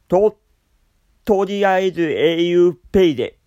とりあえず au ペイで。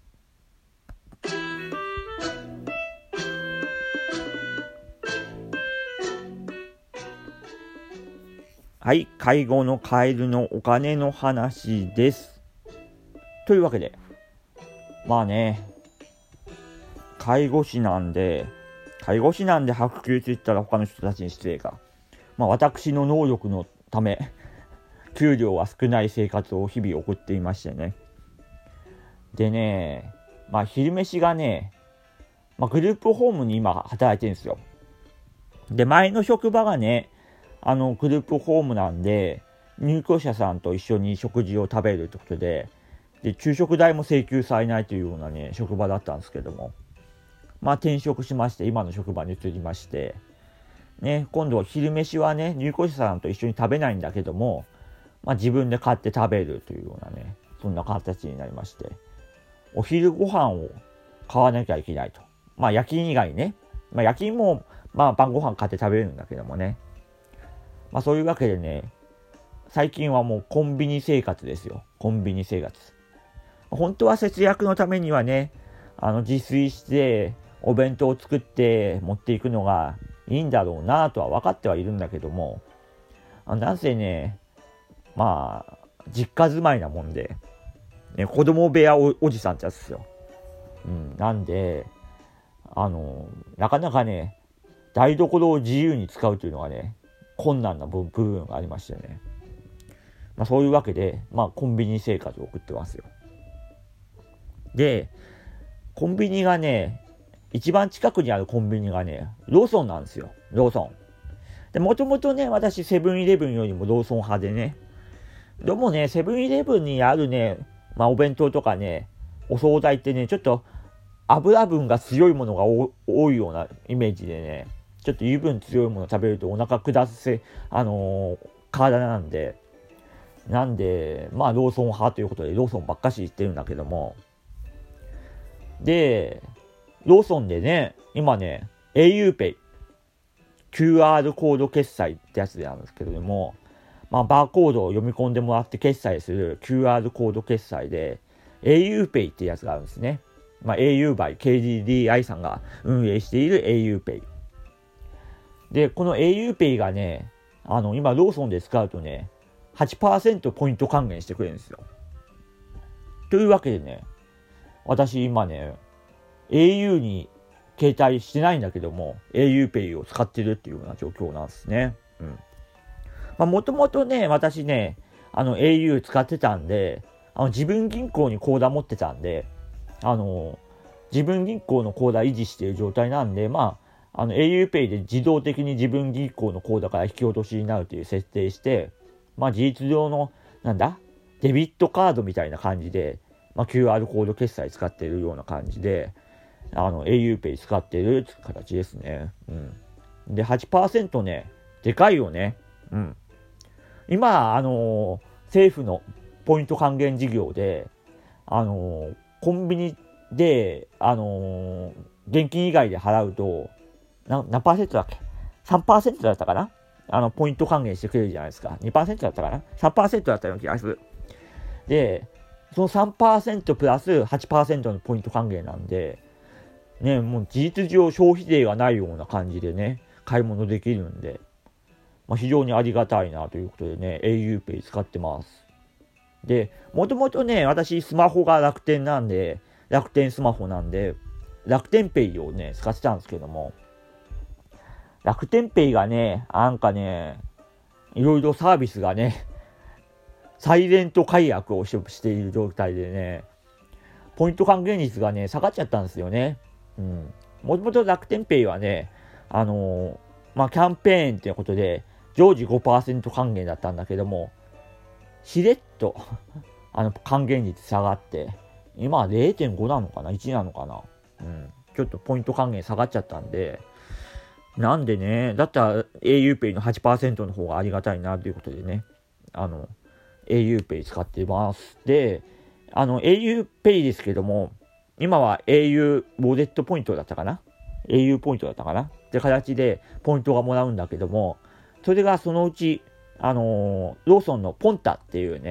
はい、介護のカエルのお金の話です。というわけで、まあね、介護士なんで白球って言ったら他の人たちに失礼か。まあ私の能力のため、給料は少ない生活を日々送っていましてね。でね、まあ昼飯がね、グループホームに今働いてるんですよ。で、前の職場がね、グループホームなんで、入居者さんと一緒に食事を食べるってことで、昼食代も請求されないというようなね、職場だったんですけども、まあ転職しまして、今の職場に移りまして、ね、今度昼飯はね、入居者さんと一緒に食べないんだけども、まあ自分で買って食べるというようなね、そんな形になりまして、お昼ご飯を買わなきゃいけないと。まあ夜勤以外ね、まあ夜勤もまあ晩ご飯買って食べるんだけどもね、まあそういうわけでね、最近はもうコンビニ生活ですよ。コンビニ生活。本当は節約のためにはね、自炊してお弁当を作って持っていくのがいいんだろうなとは分かってはいるんだけども、なんせね、まあ実家住まいなもんで、ね、子供部屋 おじさんってやつですよ。なんでなかなかね、台所を自由に使うというのがね、困難な部分がありましてね。まあそういうわけで、まあコンビニ生活を送ってますよ。で、コンビニがね、一番近くにあるコンビニがね、ローソンなんですよ。ローソン。で、もともとね、私セブンイレブンよりもローソン派でね。でもね、セブンイレブンにあるね、まあお弁当とかね、お惣菜ってね、ちょっと油分が強いものが多いようなイメージでね、ちょっと油分強いものを食べるとお腹下せ、体なんで、まあローソン派ということでローソンばっかし言ってるんだけども、で、ローソンでね、今ね、auPay、QR コード決済ってやつなんですけれども、まあバーコードを読み込んでもらって決済する QR コード決済で、auPay ってやつがあるんですね。まあ au by KDDI さんが運営している auPay。で、この auPay がね、今ローソンで使うとね、8% ポイント還元してくれるんですよ。というわけでね、私今ね、au に携帯してないんだけども、auPay を使ってるっていうような状況なんですね。まあもともとね、私ね、au 使ってたんで、自分銀行に口座持ってたんで、自分銀行の口座維持している状態なんで、まあ、auPay で自動的に自分銀行の口座から引き落としになるという設定して、まあ事実上の、デビットカードみたいな感じで、まあ QR コード決済使っているような感じで、auPay 使っている形ですね。で、8% ね、でかいよね。今、政府のポイント還元事業で、コンビニで、現金以外で払うと、何パーセントだっけ ?3% だったかなポイント還元してくれるじゃないですか。2% だったかな ?3% だったような気がする。で、その 3% プラス 8% のポイント還元なんで、ね、もう事実上消費税がないような感じでね、買い物できるんで、まあ、非常にありがたいなということでね、auPay 使ってます。で、もともとね、私スマホが楽天スマホなんで、楽天ペイをね、使ってたんですけども、楽天ペイがね、いろいろサービスがね、サイレント解約をしている状態でね、ポイント還元率がね、下がっちゃったんですよね。もともと楽天ペイはね、まあ、キャンペーンっていうことで、常時 5% 還元だったんだけども、しれっと、還元率下がって、今は 0.5 なのかな ?1 なのかなちょっとポイント還元下がっちゃったんで、なんでね、だったら auPay の 8% の方がありがたいなということでね、auPay 使ってます。で、auPay ですけども、今は au ウォレットポイントだったかな ?au ポイントだったかなって形でポイントがもらうんだけども、それがそのうち、ローソンのポンタっていうね、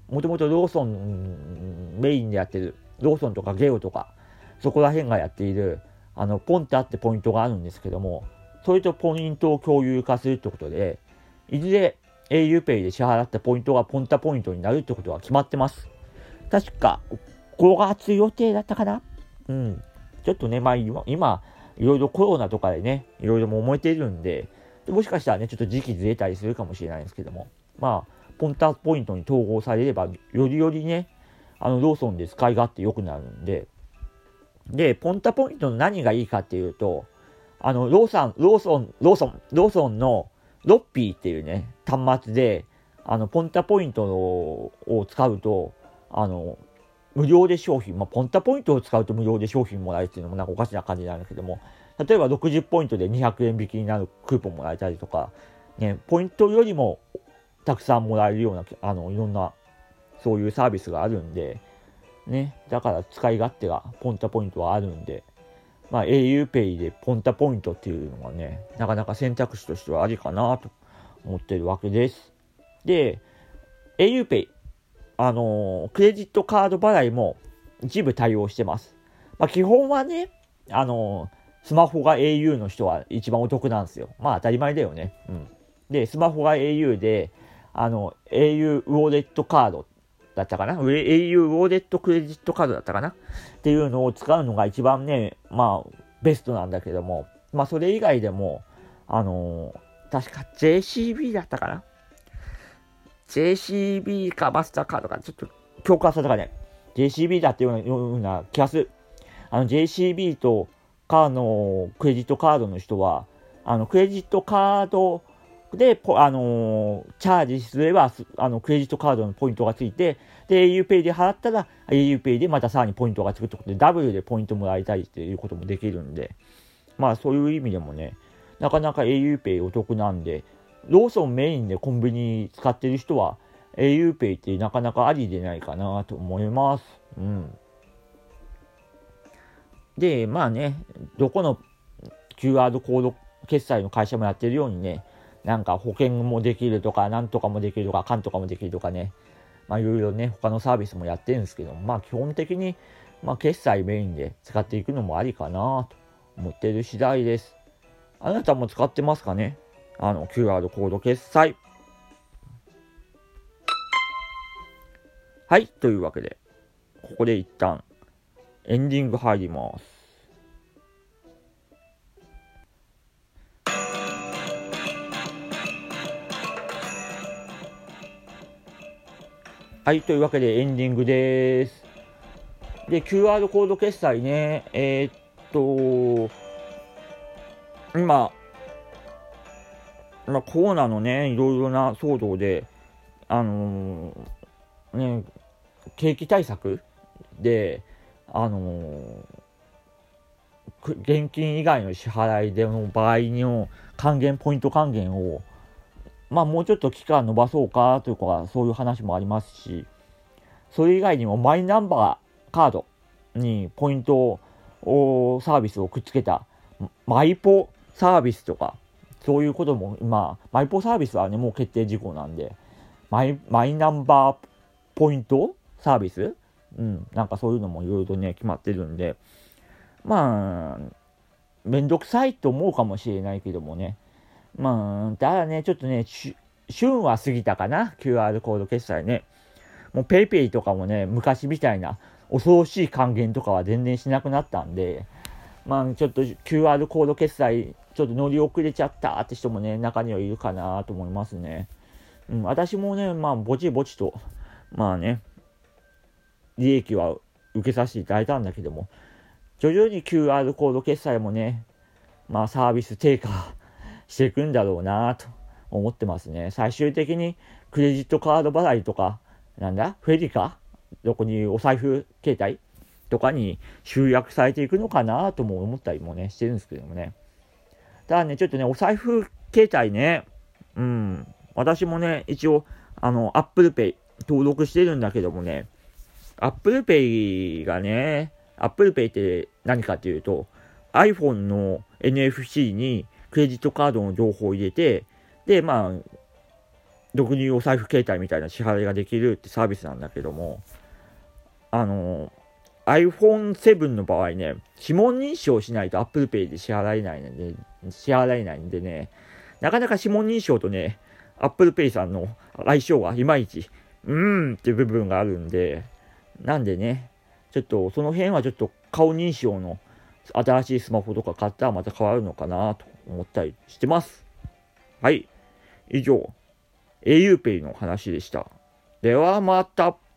もともとローソンメインでやってる、ローソンとかゲオとか、そこら辺がやっている、ポンタってポイントがあるんですけども、それとポイントを共有化するってことで、いずれ auPay で支払ったポイントがポンタポイントになるってことが決まってます。確か5月予定だったかな。ちょっとね、今いろいろコロナとかでね、いろいろ揉めているんで、もしかしたらね、ちょっと時期ずれたりするかもしれないんですけども、ポンタポイントに統合されれば、よりね、ローソンで使い勝手良くなるんで、ポンタポイントの何がいいかっていうと、ローソンのロッピーっていうね、端末で、ポンタポイントを使うと、無料で商品、ポンタポイントを使うと無料で商品もらえるっていうのもなんかおかしな感じなんだけども、例えば60ポイントで200円引きになるクーポンもらえたりとか、ね、ポイントよりもたくさんもらえるような、いろんな、そういうサービスがあるんで、ね、だから使い勝手がポンタポイントはあるんで、auPay でポンタポイントっていうのがね、なかなか選択肢としてはありかなと思ってるわけです。で、auPay、クレジットカード払いも一部対応してます。基本はね、スマホが au の人は一番お得なんですよ。当たり前だよね。で、スマホが au で、au ウォレットカードだったかな ?au ウォレットクレジットカードだったかなっていうのを使うのが一番ね、ベストなんだけども、それ以外でも、確か JCB だったかな ?JCB かマスターカードか、ちょっと強化されたかね。JCB だっていうような気がする。JCB とかのクレジットカードの人は、クレジットカードで、チャージすれば、クレジットカードのポイントがついて、で、auPay で払ったら、auPay でまたさらにポイントがつくってことで、ダブルでポイントもらいたいっていうこともできるんで、そういう意味でもね、なかなか auPay お得なんで、ローソンメインでコンビニ使ってる人は、auPay ってなかなかありでないかなと思います。で、どこの QR コード決済の会社もやってるようにね、なんか保険もできるとか、なんとかもできるとか、かんとかもできるとかね、いろいろね、他のサービスもやってるんですけども、基本的に、決済メインで使っていくのもありかなと思っている次第です。あなたも使ってますかね？QR コード決済。はい、というわけで、ここで一旦、エンディング入ります。はい、というわけでエンディングです。で、QR コード決済ね、今、コロナのね、いろいろな騒動で、景気対策で、現金以外の支払いでの場合のポイント還元を、もうちょっと期間延ばそうかというか、そういう話もありますし、それ以外にもマイナンバーカードにポイントサービスをくっつけたマイポサービスとか、そういうこともマイポサービスはね、もう決定事項なんで、マイナンバーポイントサービスなんかそういうのもいろいろとね、決まってるんで、めんどくさいと思うかもしれないけどもね、ただね、ちょっとね、旬は過ぎたかな、QR コード決済ね。もう PayPay とかもね、昔みたいな恐ろしい還元とかは全然しなくなったんで、ちょっと QR コード決済、ちょっと乗り遅れちゃったって人もね、中にはいるかなと思いますね。私もね、ぼちぼちと、利益は受けさせていただいたんだけども、徐々に QR コード決済もね、サービス低下していくんだろうなと思ってますね。最終的にクレジットカード払いとか、フェリカどこにお財布携帯とかに集約されていくのかなとも思ったりもね、してるんですけどもね。ただね、ちょっとね、お財布携帯ね、私もね、一応、Apple Pay 登録してるんだけどもね、Apple Pay がね、Apple Pay って何かっていうと、iPhone の NFC にクレジットカードの情報を入れて、で、 俗に言うお財布携帯みたいな支払いができるってサービスなんだけども、iPhone7 の場合ね、指紋認証しないと Apple Pay で支払えないんでね、なかなか指紋認証とね、Apple Pay さんの相性がいまいち、っていう部分があるんで、なんでね、ちょっとその辺はちょっと顔認証の新しいスマホとか買ったらまた変わるのかなと思ったりしてます。はい。以上、auPay の話でした。ではまた。